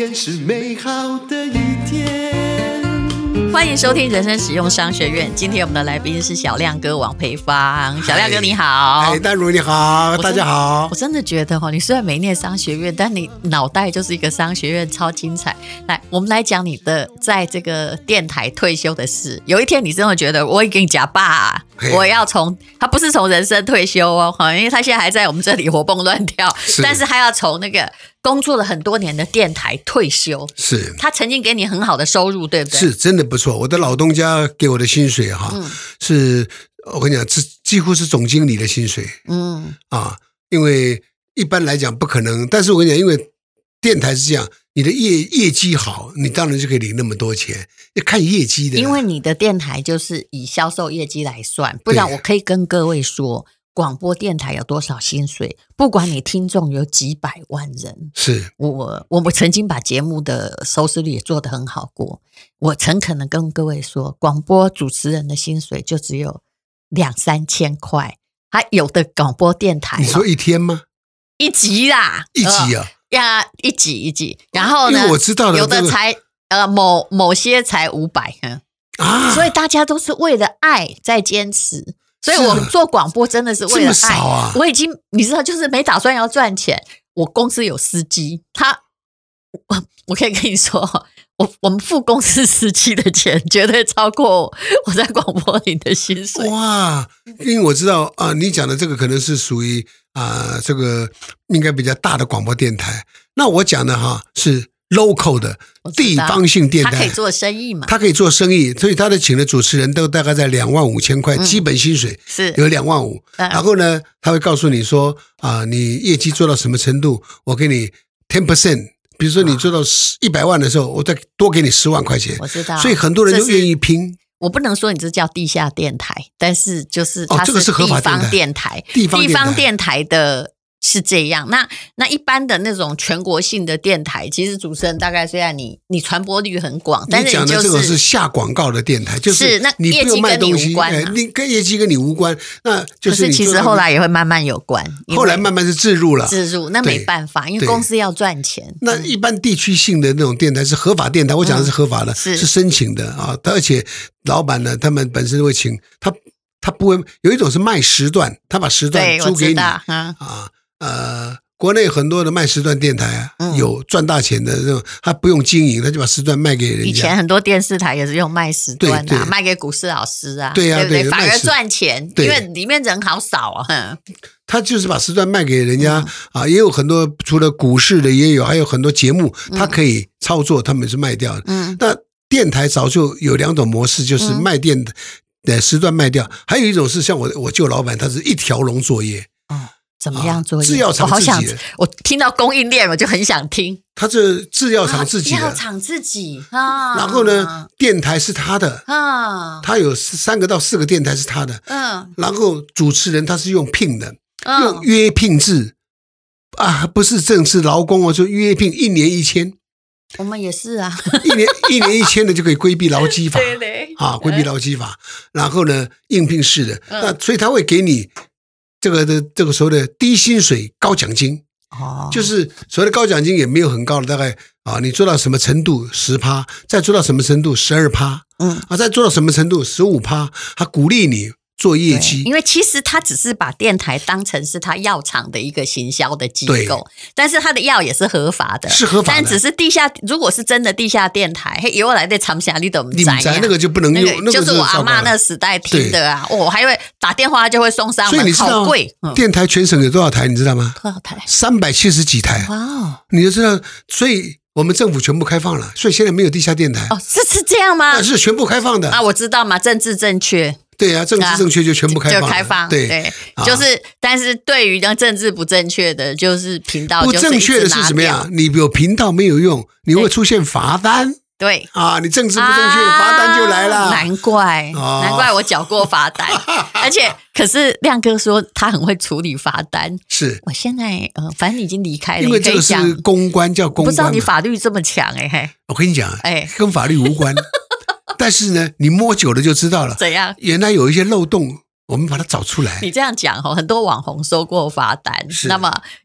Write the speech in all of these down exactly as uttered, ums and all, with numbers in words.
天是美好的一天。 欢迎收听人生实用商学院，今天我们的来宾是小亮哥王培芳。小亮哥你好。 哎，淡如你好，大家好。 我真的觉得你虽然没念商学院，但你脑袋就是一个商学院，超精彩。来，我们来讲你的在这个电台退休的事。有一天你真的觉得我已经假爸、啊，我要从他不是从人生退休哦，因为他现在还在我们这里活蹦乱跳，是但是他要从那个工作了很多年的电台退休。是他曾经给你很好的收入，对不对？ 是真的不错。我的老东家给我的薪水哈，嗯、是我跟你讲，几乎是总经理的薪水。嗯啊，因为一般来讲不可能，但是我跟你讲，因为电台是这样，你的业业绩好，你当然就可以领那么多钱，要看业绩的。 因为你的电台就是以销售业绩来算，不然我可以跟各位说。广播电台有多少薪水？不管你听众有几百万人，是我我们曾经把节目的收视率也做得很好过。我诚恳的跟各位说，广播主持人的薪水就只有两三千块，还有的广播电台， 你说一天吗？ 一集啦， 一集啊， 呀、呃，一集一集，然后呢， 因为我知道的、 有的才呃某某些才五百，嗯啊， 所以大家都是为了爱在坚持。所以我做广播真的是为了爱，这么少啊！我已经你知道，就是没打算要赚钱。我公司有司机，他我我可以跟你说，我我们付公司司机的钱绝对超过我在广播里的薪水。 哇！因为我知道啊、呃，你讲的这个可能是属于啊、呃、这个应该比较大的广播电台。那我讲的哈是 local 的地方性电台， 他可以做生意嘛？ 他可以做生意，所以他的请的主持人都大概在两万五千块，嗯、基本薪水是有两万五。然后呢，他会告诉你说啊、呃，你业绩做到什么程度，我给你 ten percent。比如说你做到一百万的时候，我再多给你十万块钱。 我知道， 所以很多人就愿意拼。 我不能说你这叫地下电台，但是就是它是地方电台， 哦这个、 地方电台的。是这样，那那一般的那种全国性的电台，其实主持人大概虽然你你传播率很广，但是你, 就是、你讲的这个是下广告的电台，就是你不用卖东西， 那你跟业绩跟你无关，那就是你。可是其实后来也会慢慢有关， 后来慢慢是置入了， 置入那没办法，因为公司要赚钱。 那一般地区性的那种电台是合法电台，我讲的是合法的，嗯、是, 是申请的啊，而且老板呢，他们本身会请他，他不会有一种是卖时段，他把时段租给你啊、嗯、呃。国内很多的卖时段电台啊，嗯、有赚大钱的这种，他不用经营，他就把时段卖给人家。 以前很多电视台也是用卖时段的、啊，卖给股市老师啊， 对啊， 对不对？ 对反而赚钱，因为里面人好少啊。 他就是把时段卖给人家、嗯、啊，也有很多除了股市的也有，还有很多节目，他可以操作，他们是卖掉的。嗯，那电台早就有两种模式，就是卖电的时段卖掉，还有一种是像我我旧老板，他是一条龙作业。 怎么样作业？ 制药厂自己，我好想， 我听到供应链我就很想听。 他这制药厂自己的， 制药厂自己啊。 然后呢，电台是他的啊，他有三个到四个电台是他的。嗯，然后主持人他是用聘的，嗯、用约聘制啊，不是正式劳工哦，就约聘，一年一千。 我们也是啊， 一年一年一千的就可以规避劳基法， 对对啊，规避劳基法。然后呢，应聘式的，嗯、那所以他会给你。这个的这个所谓的低薪水高奖金，哦，就是所谓的高奖金也没有很高的，大概啊，你做到什么程度十趴，再做到什么程度十二趴，嗯啊，再做到什么程度十五趴，他鼓励你做业绩。 因为其实他只是把电台当成是他药厂的一个行销的机构，但是他的药也是合法的， 是合法的， 但只是地下，如果是真的地下电台，嘿，由我来的长下你都不知道， 那个就不能用，那个、 就是我阿嬷那时代听的啊，我、哦、还会打电话就会送上门， 所以你知道好贵、嗯。 电台全省有多少台？你知道吗？ 多少台？ 三百七十几台。哇哦！你就知道，所以我们政府全部开放了，所以现在没有地下电台。 哦，是是这样吗？ 是全部开放的啊！我知道嘛，政治正确。 对啊，政治正确就全部开放、 啊、就开放， 对对、啊，就是，但是对于呢政治不正确的，就是频道不正确的是什么样？你有频道没有用，你会出现罚单。 对啊，你政治不正确，啊、罚单就来了。 难怪，哦、难怪我缴过罚单，而且可是亮哥说他很会处理罚单。 是， 我现在呃，反正你已经离开了， 因为这个是公关，叫公关。 不知道你法律这么强哎、欸， 我跟你讲，哎，跟法律无关。但是呢，你摸久了就知道了。 怎样？ 原来有一些漏洞，我们把它找出来。 你这样讲哦，很多网红收过罚单，那么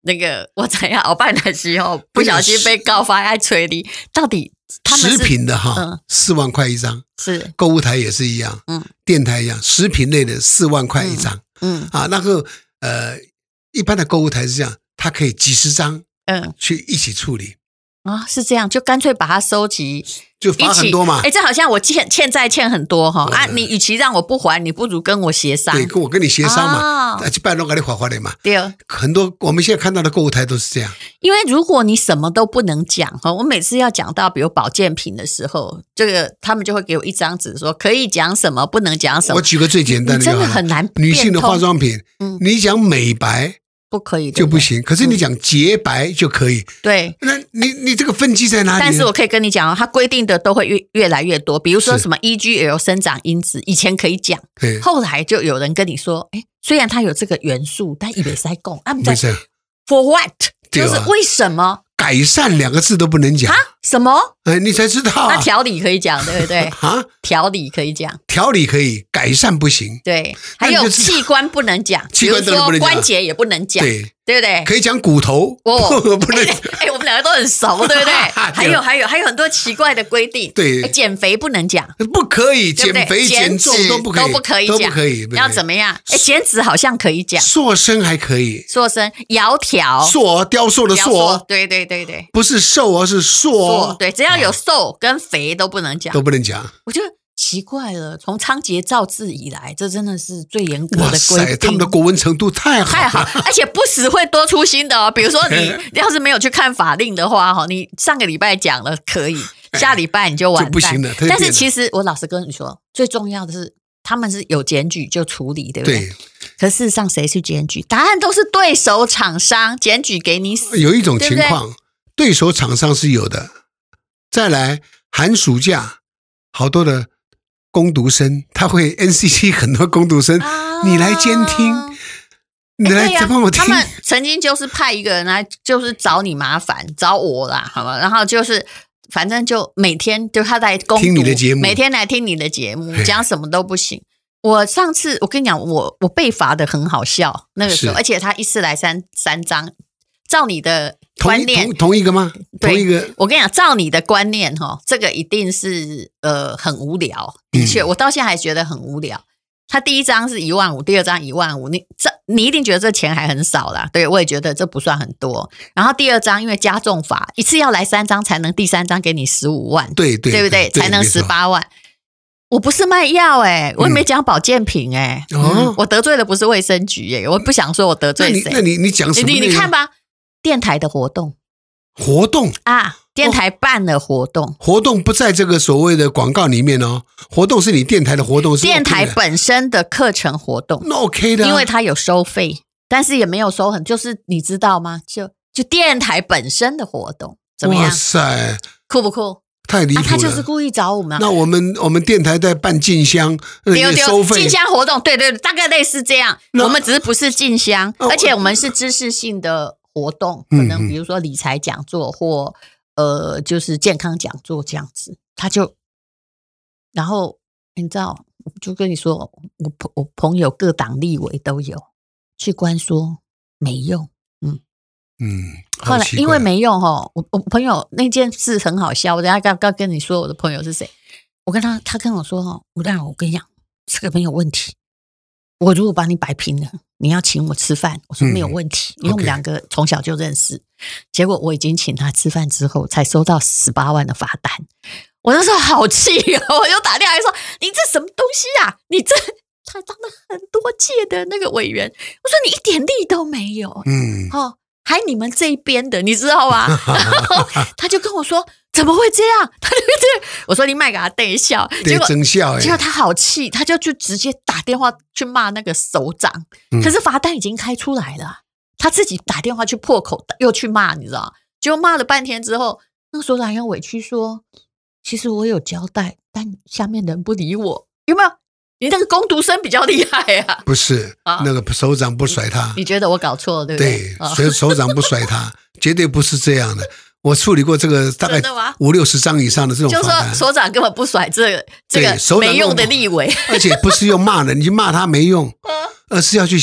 那个我怎样鳌拜的时候不小心被告发爱催你，到底他们食品的哈， 嗯、 四万块一张， 是购物台也是一样，嗯，电台一样，食品类的四万块一张，嗯，嗯啊，那个呃，一般的购物台是这样，它可以几十张，嗯，去一起处理。 啊，是这样，就干脆把它收集， 就罚很多嘛。 哎，这好像我欠欠债欠很多哈、哦、啊！你与其让我不还，你不如跟我协商。 对，跟我跟你协商嘛，哦、去拜托给你还还的嘛。 对， 很多我们现在看到的购物台都是这样。 因为如果你什么都不能讲哈，我每次要讲到比如保健品的时候，这个他们就会给我一张纸说可以讲什么，不能讲什么。 我举个最简单的， 真的很难。 女性的化妆品，嗯、你讲美白。 不可以就不行，可是你讲洁白就可以。 对， 那你你这个分级在哪里？ 但是我可以跟你讲哦，它规定的都会越越来越多。比如说什么 E G L 生长因子，以前可以讲，后来就有人跟你说，哎，虽然它有这个元素，但也没塞供。啊， 没事 ，For what？就是为什么？ 改善两个字都不能讲啊？什么？ 哎，你才知道、啊。 那调理可以讲，对不对？啊，调理可以讲， 调理可以，改善不行。 对，还有器官不能讲， 器官都不能讲， 关节也不能讲， 对对不对？ 可以讲骨头， 哦， 不能。 哎，我们两个都很熟，对不对？还有还有还有很多奇怪的规定， 对， 减肥不能讲， 不可以，减肥减重都不可以， 都不可以讲， 都不可以。 要怎么样？哎，减脂好像可以讲， 塑身还可以， 塑身、窈窕、 塑雕塑的塑， 对对对对， 不是瘦而是塑， 对，只要有瘦跟肥都不能讲， 都不能讲。 我觉得奇怪了，从仓颉造字以来，这真的是最严格的规定。 他们的国文程度太好， 太好，而且不时会多出新的哦。比如说，你要是没有去看法令的话，哈，你上个礼拜讲了可以，下礼拜你就完蛋， 就不行了。 但是其实我老实跟你说，最重要的是他们是有检举就处理，对不对？对。可事实上，谁去检举？答案都是对手厂商检举给你死。 有一种情况，对, 对手厂商是有的。再来，寒暑假好多的工读生，他会 N C C 很多工读生，啊、你来监听，你来再帮我听。 他们曾经就是派一个人来，就是找你麻烦，找我啦，好吧？然后就是反正就每天就他在攻读听你的节目， 每天来听你的节目，讲什么都不行。我上次我跟你讲，我我被罚的很好笑，那个时候，而且他一次来三三张，照你的观念， 同, 同一个吗？同一个。 我跟你讲，照你的观念哈，这个一定是呃很无聊。的确，嗯、我到现在还觉得很无聊。他第一张是一万五，第二张一万五，你这你一定觉得这钱还很少啦。对，我也觉得这不算很多。然后第二张因为加重罚，一次要来三张才能第三张给你十五万， 对对， 对不对？ 对才能十八万。我不是卖药哎、欸，我也没讲保健品哎、欸，嗯嗯、我得罪的不是卫生局哎、欸，我不想说我得罪谁。 那你那你你讲什么？ 你你看吧，电台的活动， 活动啊，电台办的活动、哦， 活动不在这个所谓的广告里面哦，活动是你电台的活动是、OK 的， 电台本身的课程活动， 那 OK 的、啊， 因为它有收费，但是也没有收很，就是你知道吗？就就电台本身的活动怎么样？ 哇塞， 酷不酷？ 太离谱了、啊！ 他就是故意找我们、啊。 那我们我们电台在办进香， 丢丢收费进香活动，对对对，大概类似这样。我们只是不是进香，而且我们是知识性的活动，可能比如说理财讲座或呃就是健康讲座这样子。他就，然后你知道，就跟你说，我我朋友各党立委都有去关说没用，嗯。 嗯， 后来因为没用齁，我我朋友那件事很好笑，我等一下刚刚跟你说我的朋友是谁，我跟他他跟我说齁，吴大我跟你讲这个没有问题，我如果把你摆平了，你要请我吃饭，我说没有问题，嗯、因为我们两个从小就认识， okay. 结果我已经请他吃饭之后，才收到十八万的罚单，我那时候好气哦，我就打电话说你这什么东西啊，你这他当了很多届的那个委员，我说你一点力都没有，嗯，齁。还你们这一边的，你知道吗？然后他就跟我说：“怎么会这样？”他就这样，我说：“你卖给他瞪笑。”结果真笑， 结果他好气，他就去直接打电话去骂那个首长。嗯、可是罚单已经开出来了，他自己打电话去破口，又去骂，你知道吗？结果骂了半天之后，那个首长很委屈说：“其实我有交代，但下面人不理我，有没有？”你那个工读生比较厉害啊！ 不是，啊、那个首长不甩他你。 你觉得我搞错了，对不对？ 对，所以首长不甩他，绝对不是这样的。我处理过这个大概五六十张以上的这种罚单， 就说首长根本不甩这个这个没用的立委， 而且不是用骂的，你去骂他没用，而是要去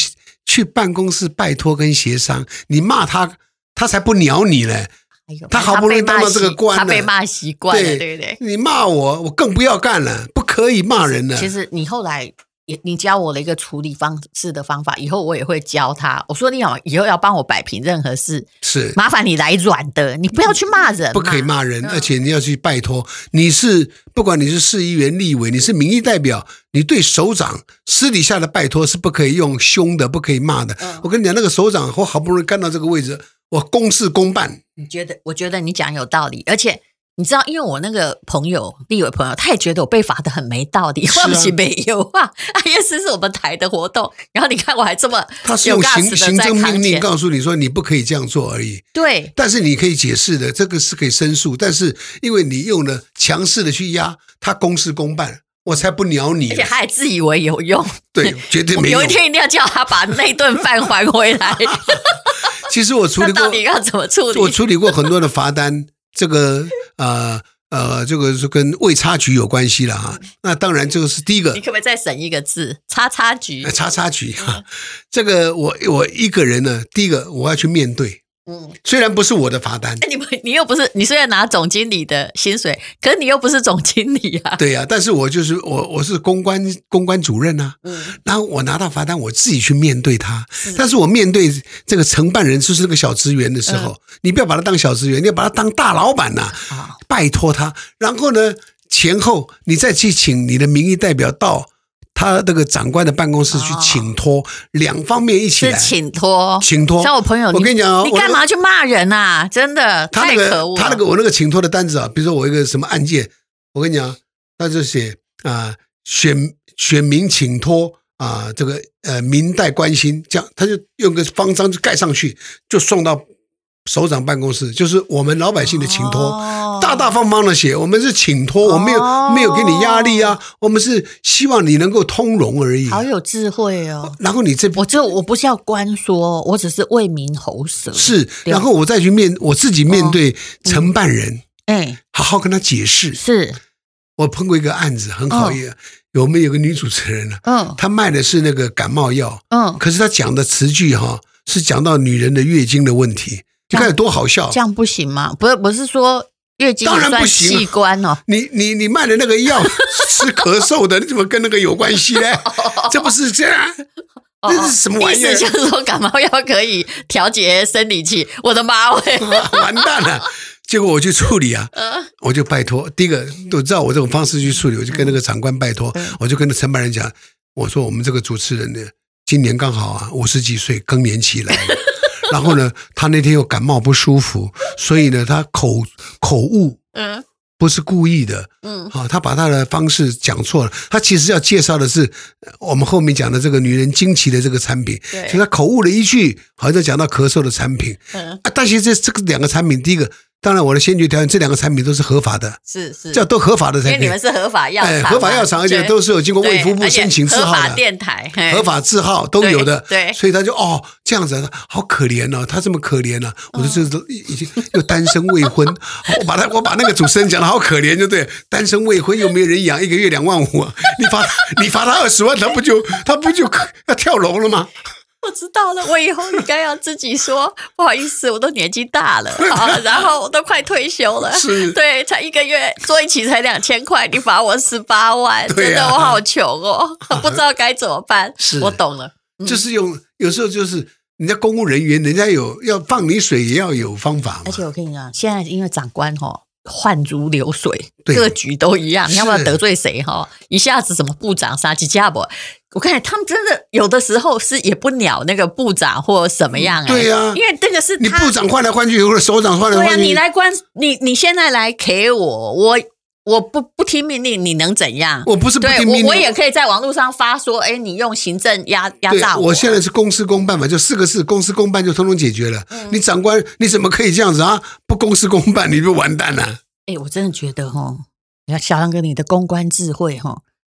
去办公室拜托跟协商，你骂他，他才不鸟你嘞。哎、他好不容易当到这个官了， 他被骂习惯了，对不对？ 你骂我，我更不要干了，不可以骂人了。 其实你后来也你教我了一个处理方式的方法，以后我也会教他。我说你好，以后要帮我摆平任何事， 是麻烦你来软的，你不要去骂人， 不可以骂人，嗯、而且你要去拜托。你是不管你是市议员、立委，你是民意代表，你对首长私底下的拜托是不可以用凶的，不可以骂的。嗯、我跟你讲，那个首长我好不容易干到这个位置，我公事公办。 你觉得？我觉得你讲有道理，而且你知道，因为我那个朋友立委朋友，他也觉得我被罚得很没道理，我不是没有啊，因为这是我们台的活动，然后你看我还这么他是用行行政命令告诉你说你不可以这样做而已， 对， 但是你可以解释的，这个是可以申诉，但是因为你用了强势的去压他，公事公办，我才不鸟你， 而且他还自以为有用， 对，绝对没用。 有一天一定要叫他把那顿饭还回来。 其实我处理过， 到底要怎么处理？ 我处理过很多的罚单，这个呃呃，这个是跟卫插局有关系了哈。那当然，这个是第一个。 你可不可以再省一个字？叉叉局。 叉叉局哈，这个我我一个人呢，第一个我要去面对。嗯，虽然不是我的罚单， 你你又不是你虽然拿总经理的薪水，可是你又不是总经理啊。 对呀、啊，但是我就是我我是公关公关主任啊。嗯，然后我拿到罚单，我自己去面对他。是但是我面对这个承办人就是那个小职员的时候，嗯、你不要把他当小职员，你要把他当大老板呐、啊，哦、拜托他。然后呢，前后你再去请你的民意代表到他那个长官的办公室去请托，两、哦、方面一起来。 是请托， 请托。 像我朋友， 我跟你讲、哦， 你干嘛去骂人啊？真的， 他那个太可恶了。 他那个我那个请托的单子啊，比如说我一个什么案件，我跟你讲，他就写啊、呃，选选民请托啊、呃，这个呃民代关心，这样他就用个方章就盖上去，就送到首长办公室，就是我们老百姓的请托。哦大大方方的写，我们是请托，我没有、哦、没有给你压力啊，我们是希望你能够通融而已。 好有智慧哦！ 然后你这我就我不是要官说，我只是为民喉舌。 是，然后我再去面我自己面对承办人，哎、哦嗯，好好跟他解释。 是， 我碰过一个案子，很好意、哦，我们有个女主持人啊，嗯，她卖的是那个感冒药，嗯，可是她讲的词句哈、哦，是讲到女人的月经的问题，你看有多好笑。 这样不行吗？不是，不是说。月经也算器官哦， 你你你卖的那个药是咳嗽的，你怎么跟那个有关系呢？这不是这样， 哦、 这是什么玩意儿？ 意思就是说感冒药可以调节生理期，我的妈喂， 完蛋了！结果我去处理啊，我就拜托，第一个都知道我这种方式去处理，我就跟那个长官拜托，我就跟那承办人讲，我说我们这个主持人呢，今年刚好啊五十几岁，更年期来了。然后呢，他那天又感冒不舒服，所以呢，他口口误，嗯，不是故意的，嗯，好、哦，他把他的方式讲错了。他其实要介绍的是我们后面讲的这个女人经期的这个产品，所以他口误了一句，好像讲到咳嗽的产品，嗯，啊，但是这这个两个产品，第一个。当然，我的先决条件，这两个产品都是合法的， 是是， 这都合法的才可以。 因为你们是合法药厂、哎， 合法药厂，而且都是有经过卫福部申请字号的， 合法电台、 合法字号都有的。 对，对所以他就哦这样子，好可怜哦，他这么可怜啊！我说这都已经又单身未婚，我把他我把那个主持人讲的好可怜，就对，单身未婚又没有人养，一个月两万五、啊，你罚你罚他二十万，他不就他不就要跳楼了吗？ 我知道了，我以后应该要自己说不好意思，我都年纪大了，好，然后我都快退休了， 是， 对，才一个月做一期才两千块，你罚我十八万，啊、真的我好穷哦，不知道该怎么办。是，我懂了， 嗯、就是用有时候就是人家公务人员，人家有要放你水也要有方法嘛。 而且我跟你讲，现在因为长官哈。换如流水，各局都一样，你要不要得罪谁哈？一下子什么部长杀鸡架不？我看他们真的有的时候是也不鸟那个部长或什么样、欸、 对啊， 因为这个是他你部长换来换去，或者首长换来换去， 对啊，你来关你你现在来给我我。我不不听命令，你能怎样？ 我不是不听命令， 我, 我也可以在网络上发说，哎，你用行政压压榨我。 我现在是公事公办嘛，就四个字，公事公办就通通解决了。嗯、你长官你怎么可以这样子啊？不公事公办，你就完蛋了。 哎，我真的觉得哈，你看小浪哥你的公关智慧哈，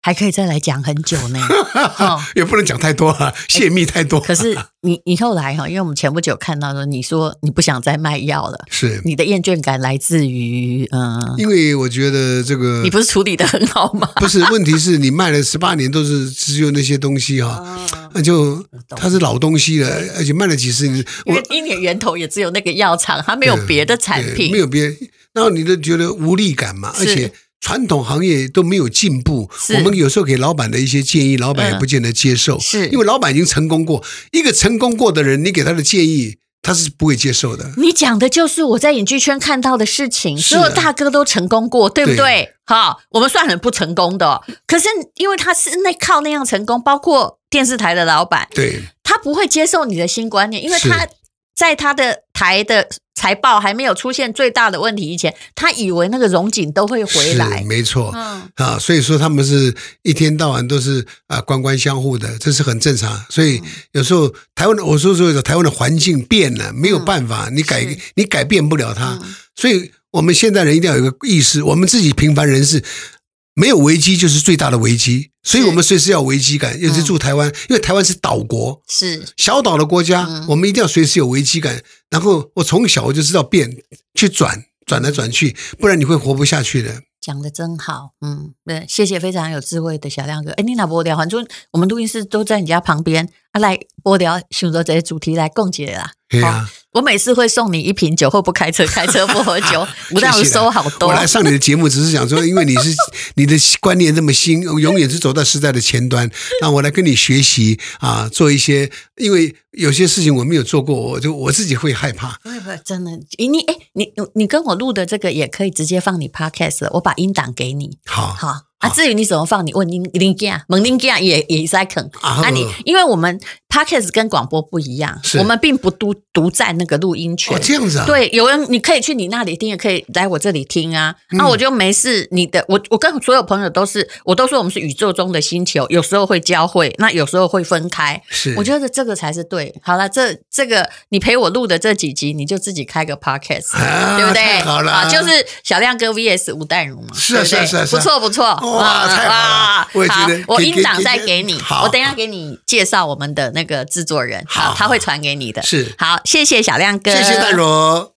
还可以再来讲很久呢。 哦、也不能讲太多啊，泄密太多。 可是你你后来哈，因为我们前不久看到说，你说你不想再卖药了， 是你的厌倦感来自于嗯， 因为我觉得这个你不是处理得很好吗？ 不是，问题是你卖了十八年都是只有那些东西哈、哦，那就它是老东西了，而且卖了几十年， 因为一年源头也只有那个药厂，它没有别的产品， 没有别，然后你就觉得无力感嘛，而且。传统行业都没有进步，我们有时候给老板的一些建议，老板也不见得接受， 嗯、是因为老板已经成功过。一个成功过的人，你给他的建议，他是不会接受的。 你讲的就是我在影剧圈看到的事情，所有大哥都成功过，对不对？好，我们算很不成功的，可是因为他是那靠那样成功，包括电视台的老板， 对， 他不会接受你的新观念，因为他在他的台的。财报还没有出现最大的问题以前，他以为那个荣景都会回来， 没错、 嗯、 啊，所以说他们是一天到晚都是啊官官相护的，这是很正常。所以有时候台湾，我说说台湾的环境变了，没有办法，嗯、你改你改变不了它、嗯，所以我们现代人一定要有一个意识，我们自己平凡人是。没有危机就是最大的危机，所以我们随时要有危机感。尤其住台湾、嗯，因为台湾是岛国， 是小岛的国家、嗯，我们一定要随时有危机感。然后我从小我就知道变，去转，转来转去，不然你会活不下去的。 讲得真好，嗯，对，谢谢非常有智慧的小亮哥。哎，你哪播聊？反正我们录音室都在你家旁边，啊，来播聊，想着这些主题来共结啦。 对啊。 我每次会送你一瓶酒，会不开车，开车不喝酒，不但收好多。 我来上你的节目，只是想说，因为你是你的观念这么新，永远是走在时代的前端，那我来跟你学习啊，做一些，因为有些事情我没有做过，我就我自己会害怕。 不不，真的，你哎，你你跟我录的这个也可以直接放你 podcast 了，我把音档给你。 好， 好。啊，至于你怎么放，你问您您家，问您家也也在啃啊你，因为我们 podcast 跟广播不一样，我们并不独独占那个录音权。 哦，这样子啊？ 对，有人你可以去你那里听，也可以来我这里听啊。那、嗯啊、我就没事。你的我我跟所有朋友都是，我都说我们是宇宙中的星球，有时候会交汇，那有时候会分开。 是， 我觉得这个才是对。好了，这这个你陪我录的这几集，你就自己开个 podcast，、啊、对不对？ 好了， 啊，就是小亮哥 V S 吴淡如嘛， 是啊是啊是啊， 不错不错， 哇，太好了。啊，我也觉得， 我音档再给你，我等一下给你介绍我们的那个制作人，好，他会传给你的。 是， 好，谢谢小亮哥， 谢谢淡如。